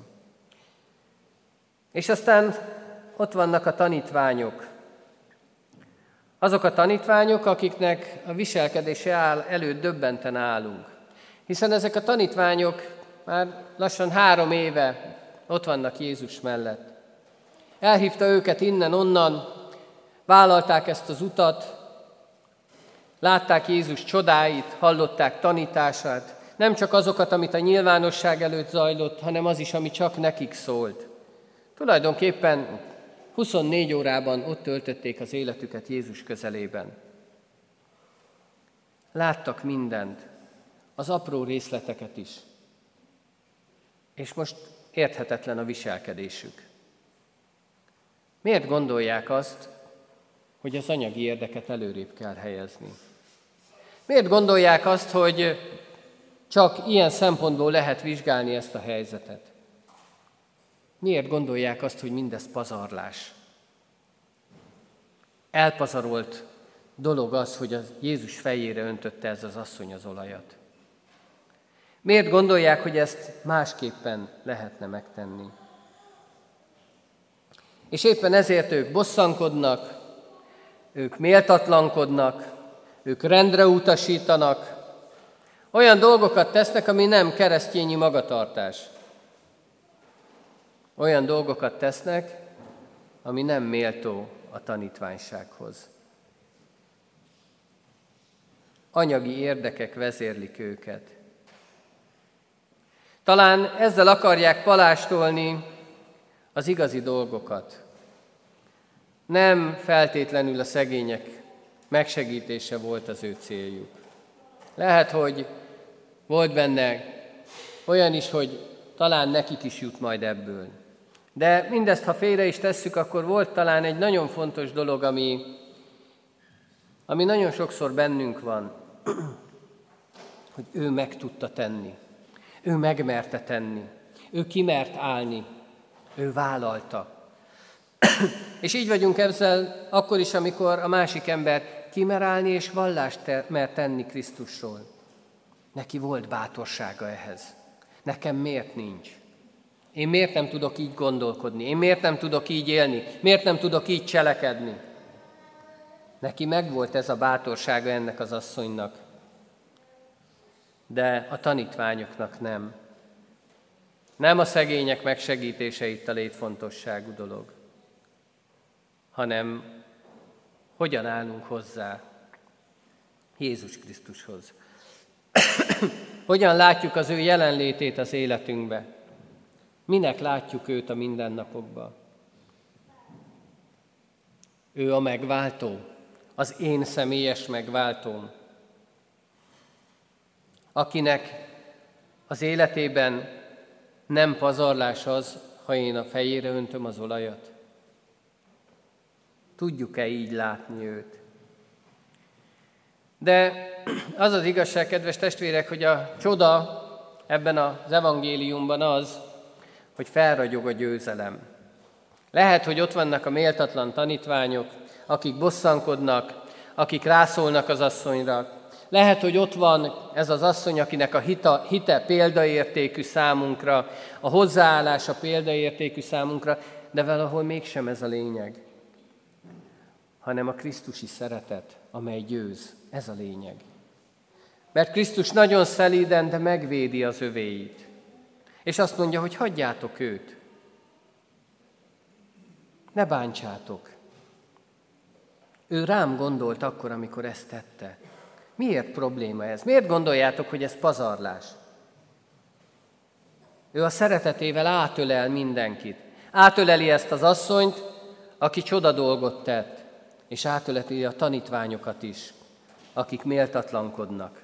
És aztán ott vannak a tanítványok. Azok a tanítványok, akiknek a viselkedése előtt döbbenten állunk. Hiszen ezek a tanítványok már lassan 3 éve ott vannak Jézus mellett. Elhívta őket innen-onnan, vállalták ezt az utat, látták Jézus csodáit, hallották tanítását, nem csak azokat, amit a nyilvánosság előtt zajlott, hanem az is, ami csak nekik szólt. Tulajdonképpen 24 órában ott töltötték az életüket Jézus közelében. Láttak mindent, az apró részleteket is. És most érthetetlen a viselkedésük. Miért gondolják azt, hogy az anyagi érdeket előrébb kell helyezni? Miért gondolják azt, hogy csak ilyen szempontból lehet vizsgálni ezt a helyzetet? Miért gondolják azt, hogy mindez pazarlás? Elpazarolt dolog az, hogy az Jézus fejére öntötte ez az asszony az olajat. Miért gondolják, hogy ezt másképpen lehetne megtenni? És éppen ezért ők bosszankodnak, ők méltatlankodnak, ők rendre utasítanak, olyan dolgokat tesznek, ami nem keresztényi magatartás. Olyan dolgokat tesznek, ami nem méltó a tanítványsághoz. Anyagi érdekek vezérlik őket. Talán ezzel akarják palástolni az igazi dolgokat. Nem feltétlenül a szegények megsegítése volt az ő céljuk. Lehet, hogy volt benne olyan is, hogy talán nekik is jut majd ebből. De mindezt, ha félre is tesszük, akkor volt talán egy nagyon fontos dolog, ami nagyon sokszor bennünk van, hogy ő meg tudta tenni. Ő megmerte tenni. Ő kimert állni. Ő vállalta. És így vagyunk ezzel akkor is, amikor a másik ember kimer állni és vallást mer tenni Krisztusról. Neki volt bátorsága ehhez. Nekem miért nincs? Én miért nem tudok így gondolkodni? Én miért nem tudok így élni? Miért nem tudok így cselekedni? Neki megvolt ez a bátorsága ennek az asszonynak, de a tanítványoknak nem. Nem a szegények megsegítése itt a létfontosságú dolog, hanem hogyan állunk hozzá Jézus Krisztushoz. Hogyan látjuk az ő jelenlétét az életünkbe. Minek látjuk őt a mindennapokban? Ő a megváltó, az én személyes megváltóm, akinek az életében nem pazarlás az, ha én a fejére öntöm az olajat. Tudjuk-e így látni őt? De az az igazság, kedves testvérek, hogy a csoda ebben az evangéliumban az, hogy felragyog a győzelem. Lehet, hogy ott vannak a méltatlan tanítványok, akik bosszankodnak, akik rászólnak az asszonyra. Lehet, hogy ott van ez az asszony, akinek a hite példaértékű számunkra, a hozzáállása példaértékű számunkra, de valahol mégsem ez a lényeg, hanem a krisztusi szeretet, amely győz. Ez a lényeg. Mert Krisztus nagyon szelíden, de megvédi az övéit. És azt mondja, hogy hagyjátok őt. Ne bántsátok. Ő rám gondolt akkor, amikor ezt tette. Miért probléma ez? Miért gondoljátok, hogy ez pazarlás? Ő a szeretetével átölel mindenkit. Átöleli ezt az asszonyt, aki csoda dolgot tett, és átöleli a tanítványokat is, akik méltatlankodnak.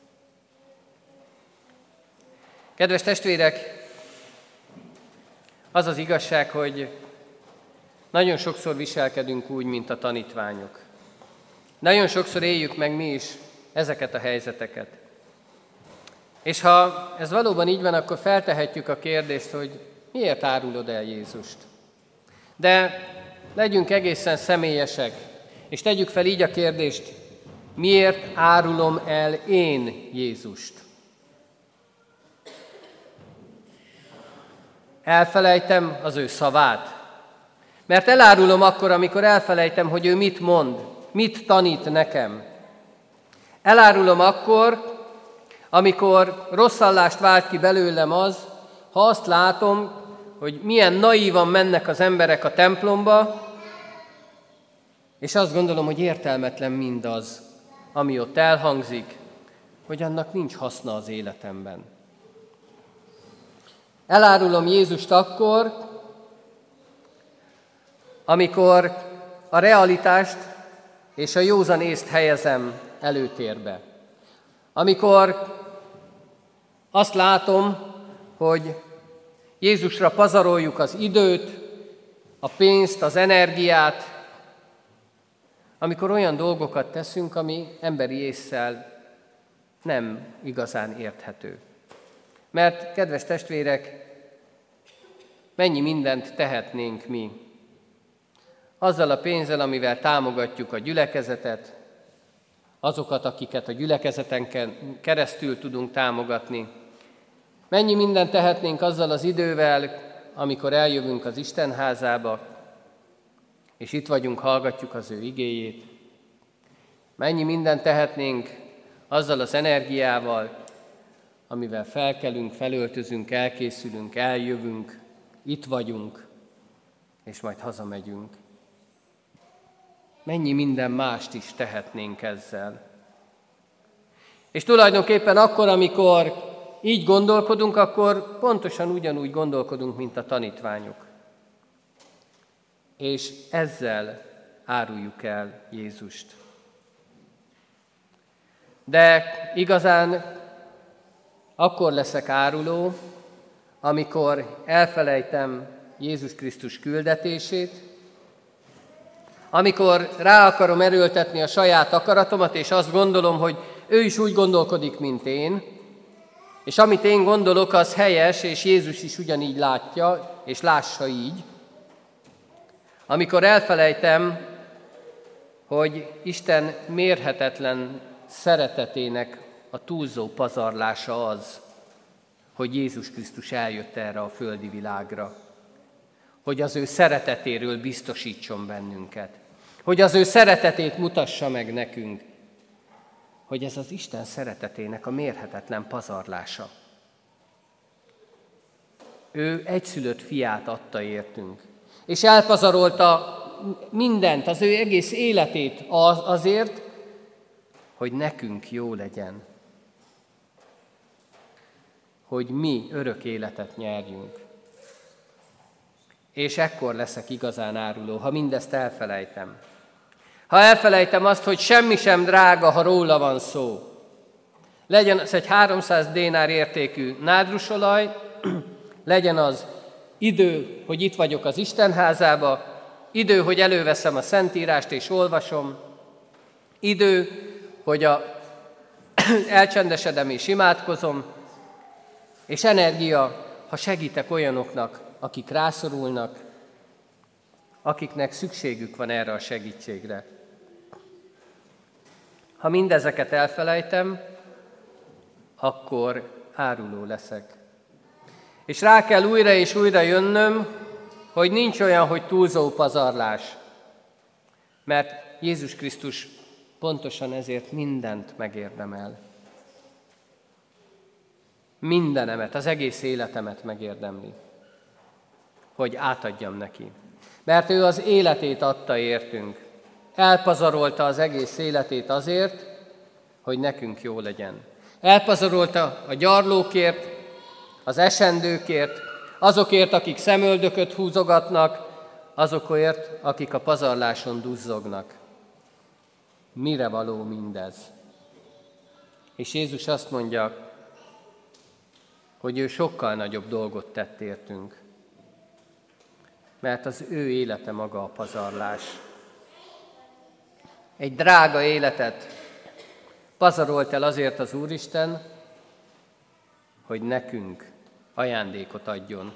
Kedves testvérek, az az igazság, hogy nagyon sokszor viselkedünk úgy, mint a tanítványok. Nagyon sokszor éljük meg mi is ezeket a helyzeteket. És ha ez valóban így van, akkor feltehetjük a kérdést, hogy miért árulod el Jézust? De legyünk egészen személyesek, és tegyük fel így a kérdést, miért árulom el én Jézust? Elfelejtem az ő szavát. Mert elárulom akkor, amikor elfelejtem, hogy ő mit mond, mit tanít nekem. Elárulom akkor, amikor rosszallást vált ki belőlem az, ha azt látom, hogy milyen naívan mennek az emberek a templomba, és azt gondolom, hogy értelmetlen mindaz, ami ott elhangzik, hogy annak nincs haszna az életemben. Elárulom Jézust akkor, amikor a realitást és a józan észt helyezem előtérbe. Amikor azt látom, hogy Jézusra pazaroljuk az időt, a pénzt, az energiát, amikor olyan dolgokat teszünk, ami emberi ésszel nem igazán érthető. Mert, kedves testvérek, mennyi mindent tehetnénk mi azzal a pénzzel, amivel támogatjuk a gyülekezetet, azokat, akiket a gyülekezeten keresztül tudunk támogatni. Mennyi mindent tehetnénk azzal az idővel, amikor eljövünk az Istenházába, és itt vagyunk, hallgatjuk az ő igéjét. Mennyi mindent tehetnénk azzal az energiával, amivel felkelünk, felöltözünk, elkészülünk, eljövünk, itt vagyunk, és majd hazamegyünk. Mennyi minden mást is tehetnénk ezzel. És tulajdonképpen akkor, amikor így gondolkodunk, akkor pontosan ugyanúgy gondolkodunk, mint a tanítványok. És ezzel áruljuk el Jézust. De igazán akkor leszek áruló, amikor elfelejtem Jézus Krisztus küldetését, amikor rá akarom erőltetni a saját akaratomat, és azt gondolom, hogy ő is úgy gondolkodik, mint én, és amit én gondolok, az helyes, és Jézus is ugyanígy látja, és lássa így. Amikor elfelejtem, hogy Isten mérhetetlen szeretetének a túlzó pazarlása az, hogy Jézus Krisztus eljött erre a földi világra, hogy az ő szeretetéről biztosítson bennünket, hogy az ő szeretetét mutassa meg nekünk, hogy ez az Isten szeretetének a mérhetetlen pazarlása. Ő egyszülött fiát adta értünk, és elpazarolta mindent, az ő egész életét azért, hogy nekünk jó legyen, hogy mi örök életet nyerjünk. És ekkor leszek igazán áruló, ha mindezt elfelejtem. Ha elfelejtem azt, hogy semmi sem drága, ha róla van szó. Legyen az egy 300 dénár értékű nádrusolaj, legyen az idő, hogy itt vagyok az Istenházába, idő, hogy előveszem a Szentírást és olvasom, idő, hogy elcsendesedem és imádkozom, és energia, ha segítek olyanoknak, akik rászorulnak, akiknek szükségük van erre a segítségre. Ha mindezeket elfelejtem, akkor áruló leszek. És rá kell újra és újra jönnöm, hogy nincs olyan, hogy túlzó pazarlás. Mert Jézus Krisztus pontosan ezért mindent megérdemel. Mindenemet, az egész életemet megérdemli, hogy átadjam neki. Mert ő az életét adta értünk. Elpazarolta az egész életét azért, hogy nekünk jó legyen. Elpazarolta a gyarlókért, az esendőkért, azokért, akik szemöldököt húzogatnak, azokért, akik a pazarláson duzzognak. Mire való mindez? És Jézus azt mondja, hogy ő sokkal nagyobb dolgot tett értünk, mert az ő élete maga a pazarlás. Egy drága életet pazarolt el azért az Úristen, hogy nekünk ajándékot adjon.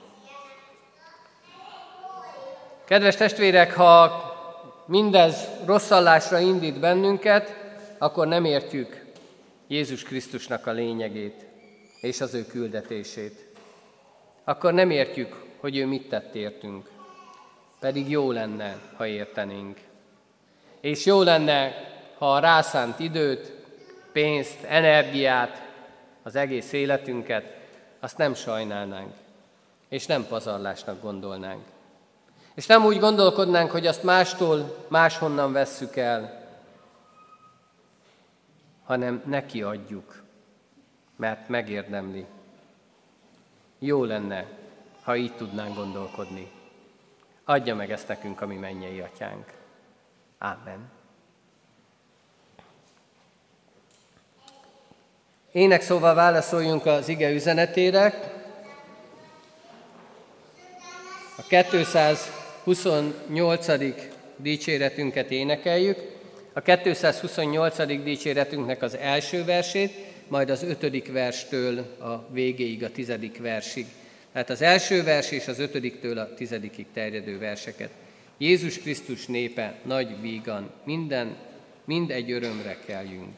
Kedves testvérek, ha mindez rosszallásra indít bennünket, akkor nem értjük Jézus Krisztusnak a lényegét és az ő küldetését. Akkor nem értjük, hogy ő mit tett értünk. Pedig jó lenne, ha értenénk. És jó lenne, ha a rászánt időt, pénzt, energiát, az egész életünket, azt nem sajnálnánk, és nem pazarlásnak gondolnánk. És nem úgy gondolkodnánk, hogy azt mástól, máshonnan vesszük el, hanem neki adjuk, mert megérdemli. Jó lenne, ha így tudnánk gondolkodni. Adja meg ezt nekünk a mi mennyei Atyánk. Ámen. Énekszóval válaszoljunk az ige üzenetére. A 228. dicséretünket énekeljük. A 228. dicséretünknek az első versét, majd az 5. verstől a végéig, a 10. versig. Tehát az első vers és az 5-től a 10-ig terjedő verseket. Jézus Krisztus népe nagy vígan, mindegy örömre keljünk.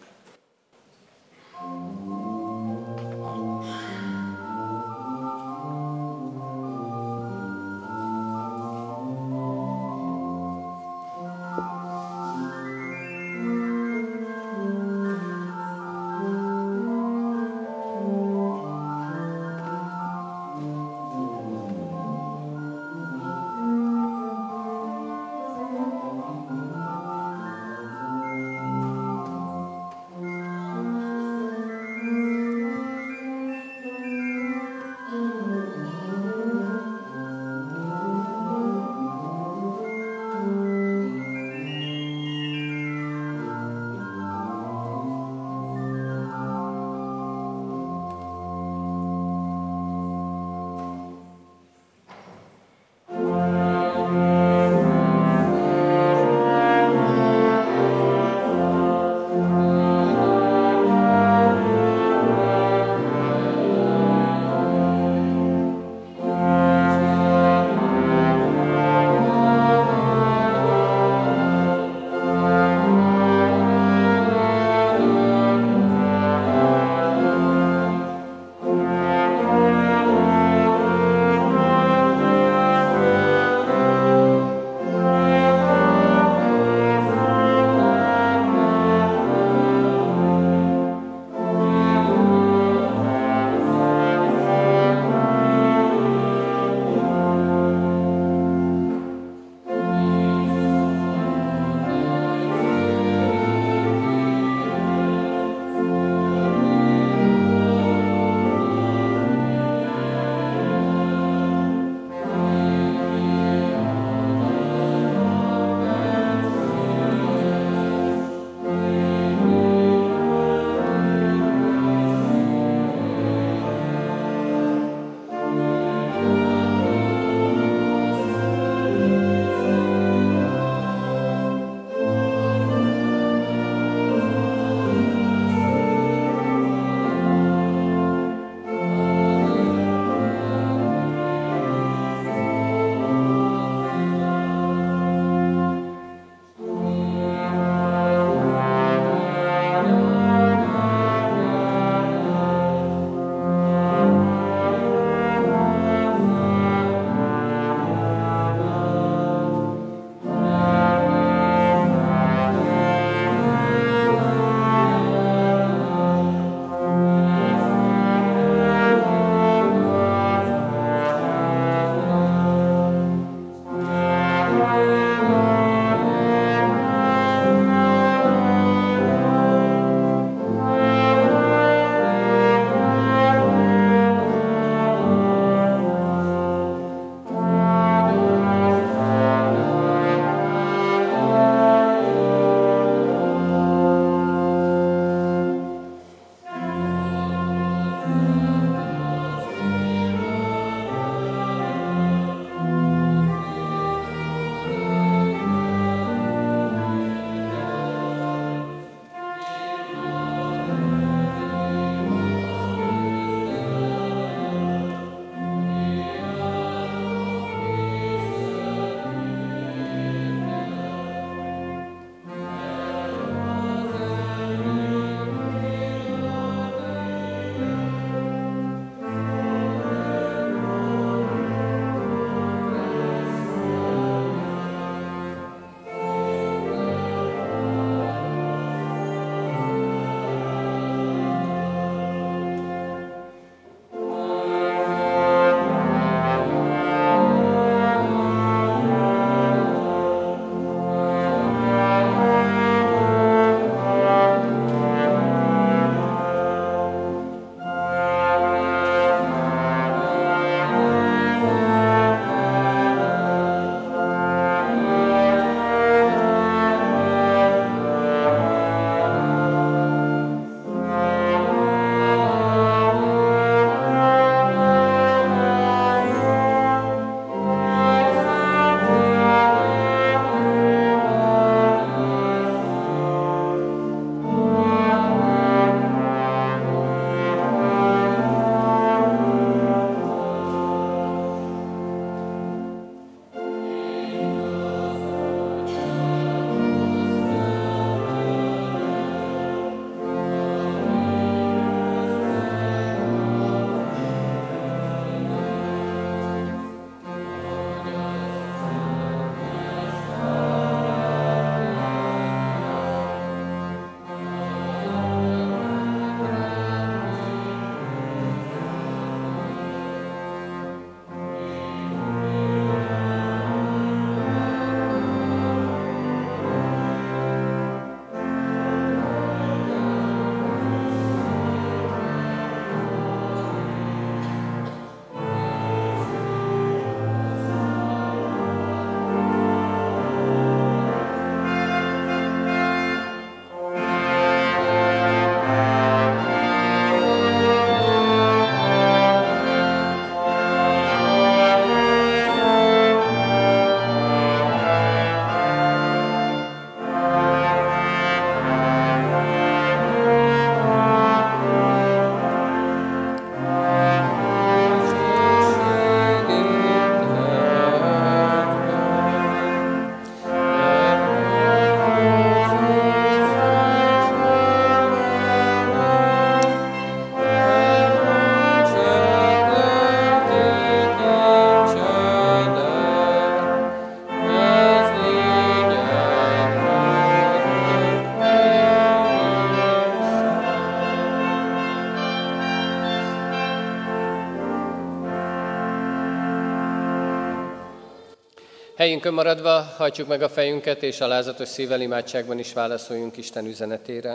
Helyünkön maradva hajtsuk meg a fejünket, és alázatos szívvel imádságban is válaszoljunk Isten üzenetére.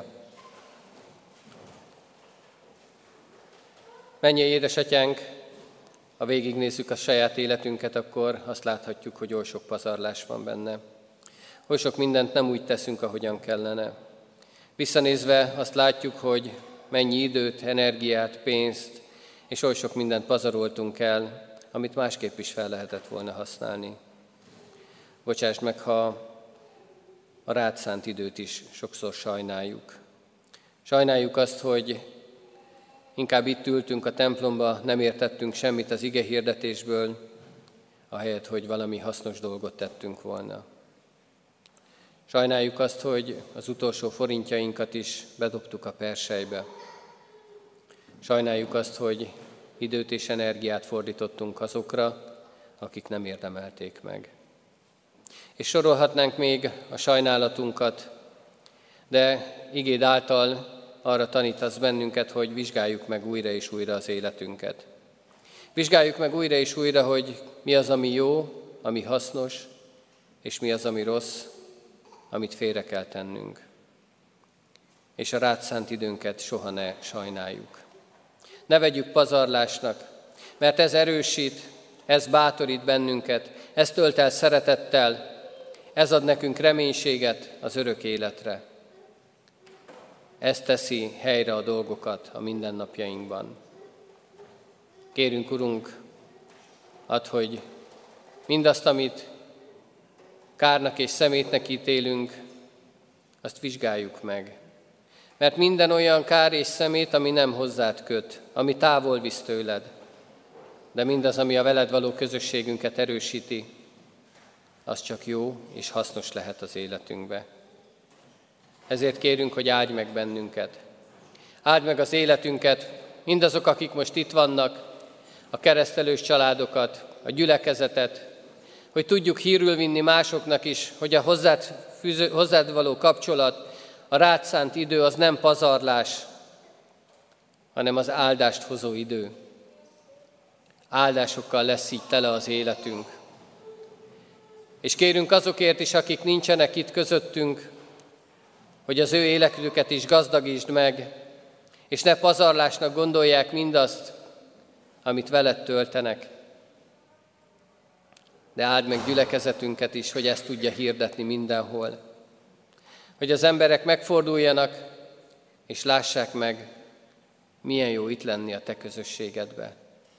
Mennyei édesatyánk, ha végignézzük a saját életünket, akkor azt láthatjuk, hogy oly sok pazarlás van benne. Oly sok mindent nem úgy teszünk, ahogyan kellene. Visszanézve azt látjuk, hogy mennyi időt, energiát, pénzt, és oly sok mindent pazaroltunk el, amit másképp is fel lehetett volna használni. Bocsásd meg, ha a rád szánt időt is sokszor sajnáljuk. Sajnáljuk azt, hogy inkább itt ültünk a templomba, nem értettünk semmit az ige hirdetésből, ahelyett, hogy valami hasznos dolgot tettünk volna. Sajnáljuk azt, hogy az utolsó forintjainkat is bedobtuk a perselybe. Sajnáljuk azt, hogy időt és energiát fordítottunk azokra, akik nem érdemelték meg. És sorolhatnánk még a sajnálatunkat, de igéd által arra tanítasz bennünket, hogy vizsgáljuk meg újra és újra az életünket. Vizsgáljuk meg újra és újra, hogy mi az, ami jó, ami hasznos, és mi az, ami rossz, amit félre kell tennünk. És a rád szánt időnket soha ne sajnáljuk. Ne vegyük pazarlásnak, mert ez erősít, ez bátorít bennünket, ez tölt el szeretettel, ez ad nekünk reménységet az örök életre. Ez teszi helyre a dolgokat a mindennapjainkban. Kérünk, Urunk, add, hogy mindazt, amit kárnak és szemétnek ítélünk, azt vizsgáljuk meg. Mert minden olyan kár és szemét, ami nem hozzád köt, ami távol visz tőled, de mindaz, ami a veled való közösségünket erősíti, az csak jó és hasznos lehet az életünkbe. Ezért kérünk, hogy áldj meg bennünket. Áldj meg az életünket, mindazok, akik most itt vannak, a keresztelős családokat, a gyülekezetet, hogy tudjuk hírül vinni másoknak is, hogy a hozzád való kapcsolat, a rád szánt idő az nem pazarlás, hanem az áldást hozó idő. Áldásokkal lesz így tele az életünk. És kérünk azokért is, akik nincsenek itt közöttünk, hogy az ő életüket is gazdagítsd meg, és ne pazarlásnak gondolják mindazt, amit veled töltenek. De áld meg gyülekezetünket is, hogy ezt tudja hirdetni mindenhol. Hogy az emberek megforduljanak, és lássák meg, milyen jó itt lenni a te közösségedbe.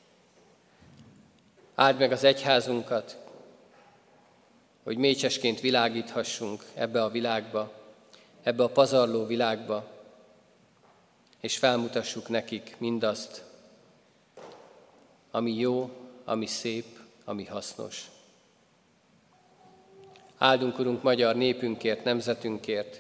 Áld meg az egyházunkat, hogy mécsesként világíthassunk ebbe a világba, ebbe a pazarló világba, és felmutassuk nekik mindazt, ami jó, ami szép, ami hasznos. Áldunk, Urunk, magyar népünkért, nemzetünkért,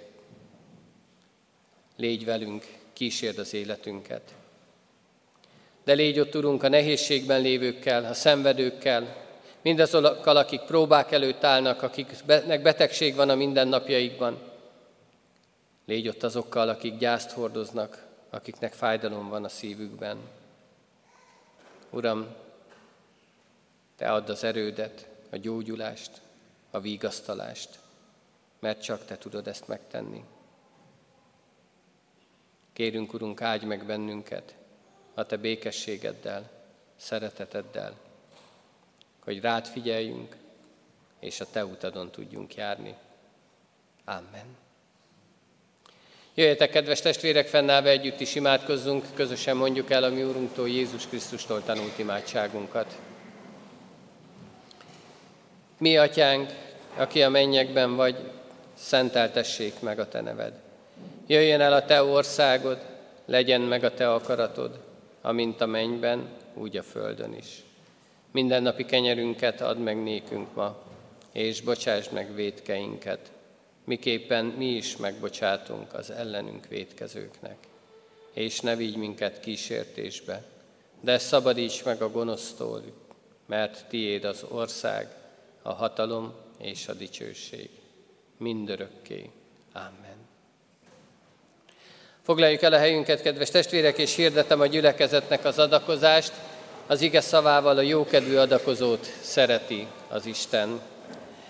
légy velünk, kísérd az életünket. De légy ott, Urunk, a nehézségben lévőkkel, a szenvedőkkel, mindazokkal, akik próbák előtt állnak, akiknek betegség van a mindennapjaikban. Légy ott azokkal, akik gyászt hordoznak, akiknek fájdalom van a szívükben. Uram, te add az erődet, a gyógyulást, a vigasztalást, mert csak te tudod ezt megtenni. Kérünk, Urunk, áldj meg bennünket a te békességeddel, szereteteddel, hogy rád figyeljünk, és a te utadon tudjunk járni. Amen. Jöjjetek, kedves testvérek, fennállva együtt is imádkozzunk, közösen mondjuk el a mi Úrunktól, Jézus Krisztustól tanult imádságunkat. Mi, Atyánk, aki a mennyekben vagy, szenteltessék meg a te neved. Jöjjön el a te országod, legyen meg a te akaratod, amint a mennyben, úgy a földön is. Mindennapi kenyerünket add meg nékünk ma, és bocsásd meg vétkeinket, miképpen mi is megbocsátunk az ellenünk vétkezőknek. És ne vigy minket kísértésbe, de szabadíts meg a gonosztól, mert tiéd az ország, a hatalom és a dicsőség mindörökké. Amen. Foglaljuk el a helyünket, kedves testvérek, és hirdetem a gyülekezetnek az adakozást. Az ige szavával a jókedvű adakozót szereti az Isten.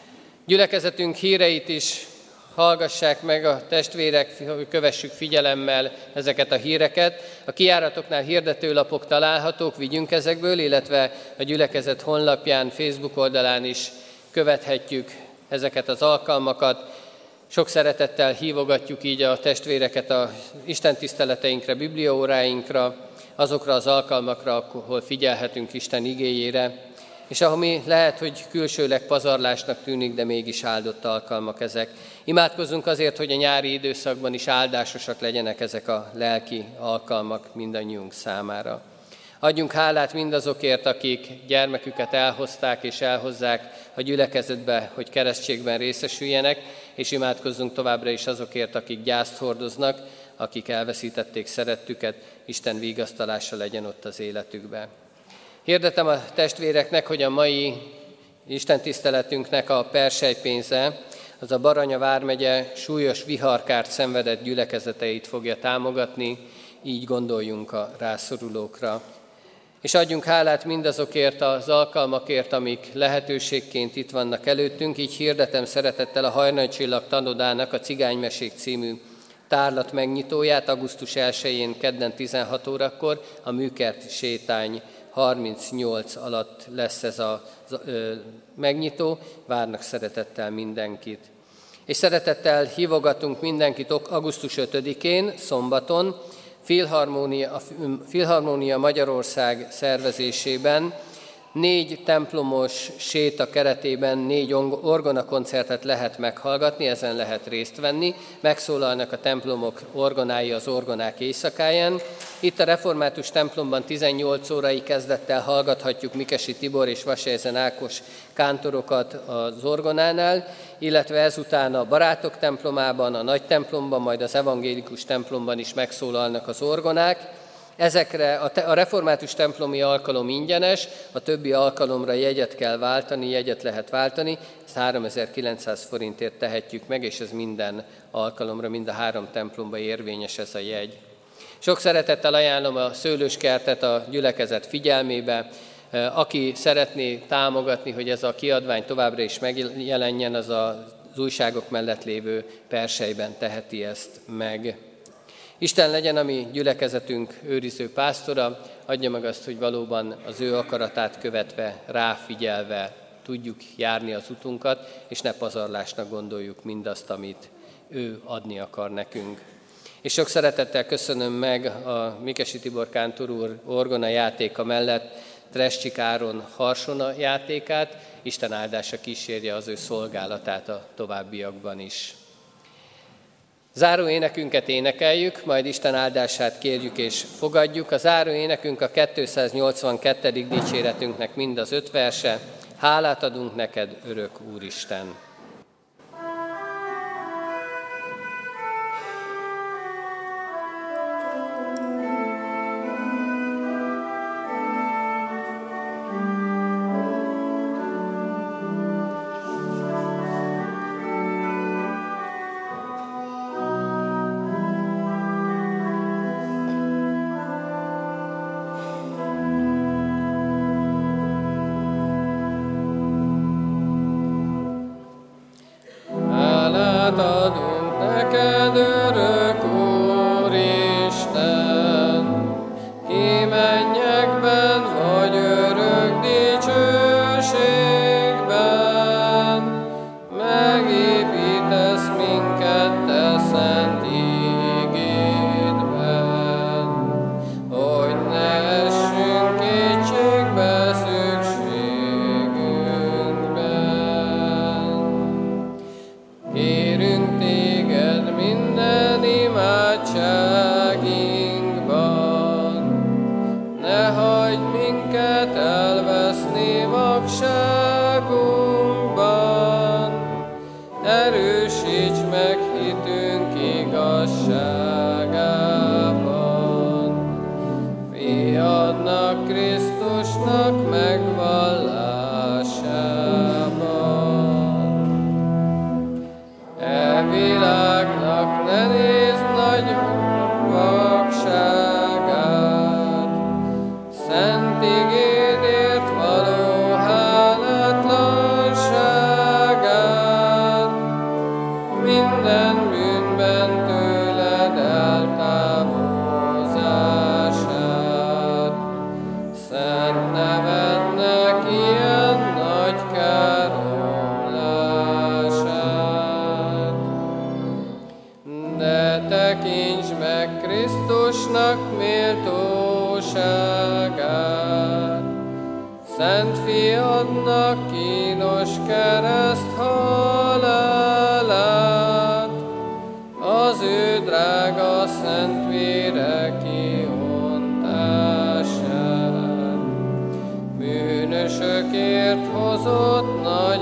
Gyülekezetünk híreit is hallgassák meg a testvérek, kövessük figyelemmel ezeket a híreket. A kijáratoknál hirdetőlapok találhatók, vigyünk ezekből, illetve a gyülekezet honlapján, Facebook oldalán is követhetjük ezeket az alkalmakat. Sok szeretettel hívogatjuk így a testvéreket az istentiszteleteinkre, bibliaóráinkra, azokra az alkalmakra, ahol figyelhetünk Isten igéjére, és ami lehet, hogy külsőleg pazarlásnak tűnik, de mégis áldott alkalmak ezek. Imádkozzunk azért, hogy a nyári időszakban is áldásosak legyenek ezek a lelki alkalmak mindannyiunk számára. Adjunk hálát mindazokért, akik gyermeküket elhozták és elhozzák a gyülekezetbe, hogy keresztségben részesüljenek, és imádkozzunk továbbra is azokért, akik gyászt hordoznak, akik elveszítették szerettüket, Isten vigasztalása legyen ott az életükben. Hirdetem a testvéreknek, hogy a mai istentiszteletünknek a perselypénze, az a Baranya vármegye súlyos viharkárt szenvedett gyülekezeteit fogja támogatni, így gondoljunk a rászorulókra. És adjunk hálát mindazokért az alkalmakért, amik lehetőségként itt vannak előttünk, így hirdetem szeretettel a Hajnalcsillag tanodának a Cigánymesék című tárlat megnyitóját augusztus 1-én kedden 16 órakor a Műkert sétány 38 alatt lesz ez a megnyitó, várnak szeretettel mindenkit. És szeretettel hívogatunk mindenkit augusztus 5-én, szombaton, Filharmónia Magyarország szervezésében 4 templomos séta keretében 4 orgonakoncertet lehet meghallgatni, ezen lehet részt venni. Megszólalnak a templomok orgonái az orgonák éjszakáján. Itt a református templomban 18 órai kezdettel hallgathatjuk Mikesi Tibor és Vasejzen Ákos kántorokat az orgonánál, illetve ezután a Barátok templomában, a nagy templomban, majd az evangélikus templomban is megszólalnak az orgonák. Ezekre a református templomi alkalom ingyenes, a többi alkalomra jegyet lehet váltani, ezt 3900 forintért tehetjük meg, és ez minden alkalomra, mind a 3 templomba érvényes ez a jegy. Sok szeretettel ajánlom a szőlőskertet a gyülekezet figyelmébe. Aki szeretné támogatni, hogy ez a kiadvány továbbra is megjelenjen, az az újságok mellett lévő perselyben teheti ezt meg. Isten legyen a mi gyülekezetünk őriző pásztora, adja meg azt, hogy valóban az ő akaratát követve, ráfigyelve tudjuk járni az utunkat, és ne pazarlásnak gondoljuk mindazt, amit ő adni akar nekünk. És sok szeretettel köszönöm meg a Mikesi Tibor kántor úr orgona játéka mellett Treszcsik Áron harsona játékát, Isten áldása kísérje az ő szolgálatát a továbbiakban is. Záró énekünket énekeljük, majd Isten áldását kérjük és fogadjuk. A záró énekünk a 282. dicséretünknek mind az 5 verse. Hálát adunk neked, örök Úristen! Szent igédért való hálátlanságát, valóságát. Szent fiadnak kínos kereszt halálát, az ő drága szent vére kiontását. Bűnösökért hozott nagy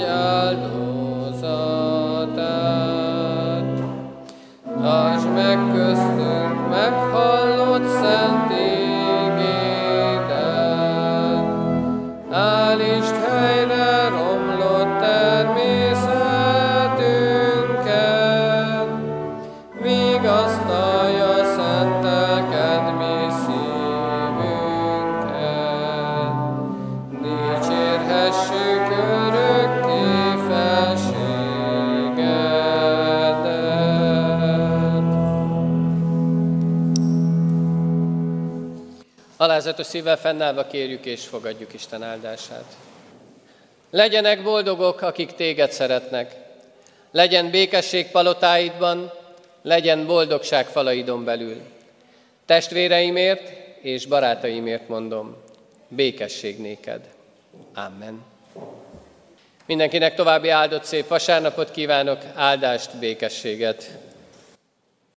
áldozatát. Tartsd meg köztünk meghallott szent igédet, állítsd helyre romlott természetünket, vigasztalja szent lelked mi szívünket, dicsérhessük örökké felségedet. Alázatos szívvel fennállva kérjük és fogadjuk Isten áldását. Legyenek boldogok, akik téged szeretnek. Legyen békesség palotáidban, legyen boldogság falaidon belül. Testvéreimért és barátaimért mondom, békesség néked. Amen. Mindenkinek további áldott szép vasárnapot kívánok, áldást, békességet.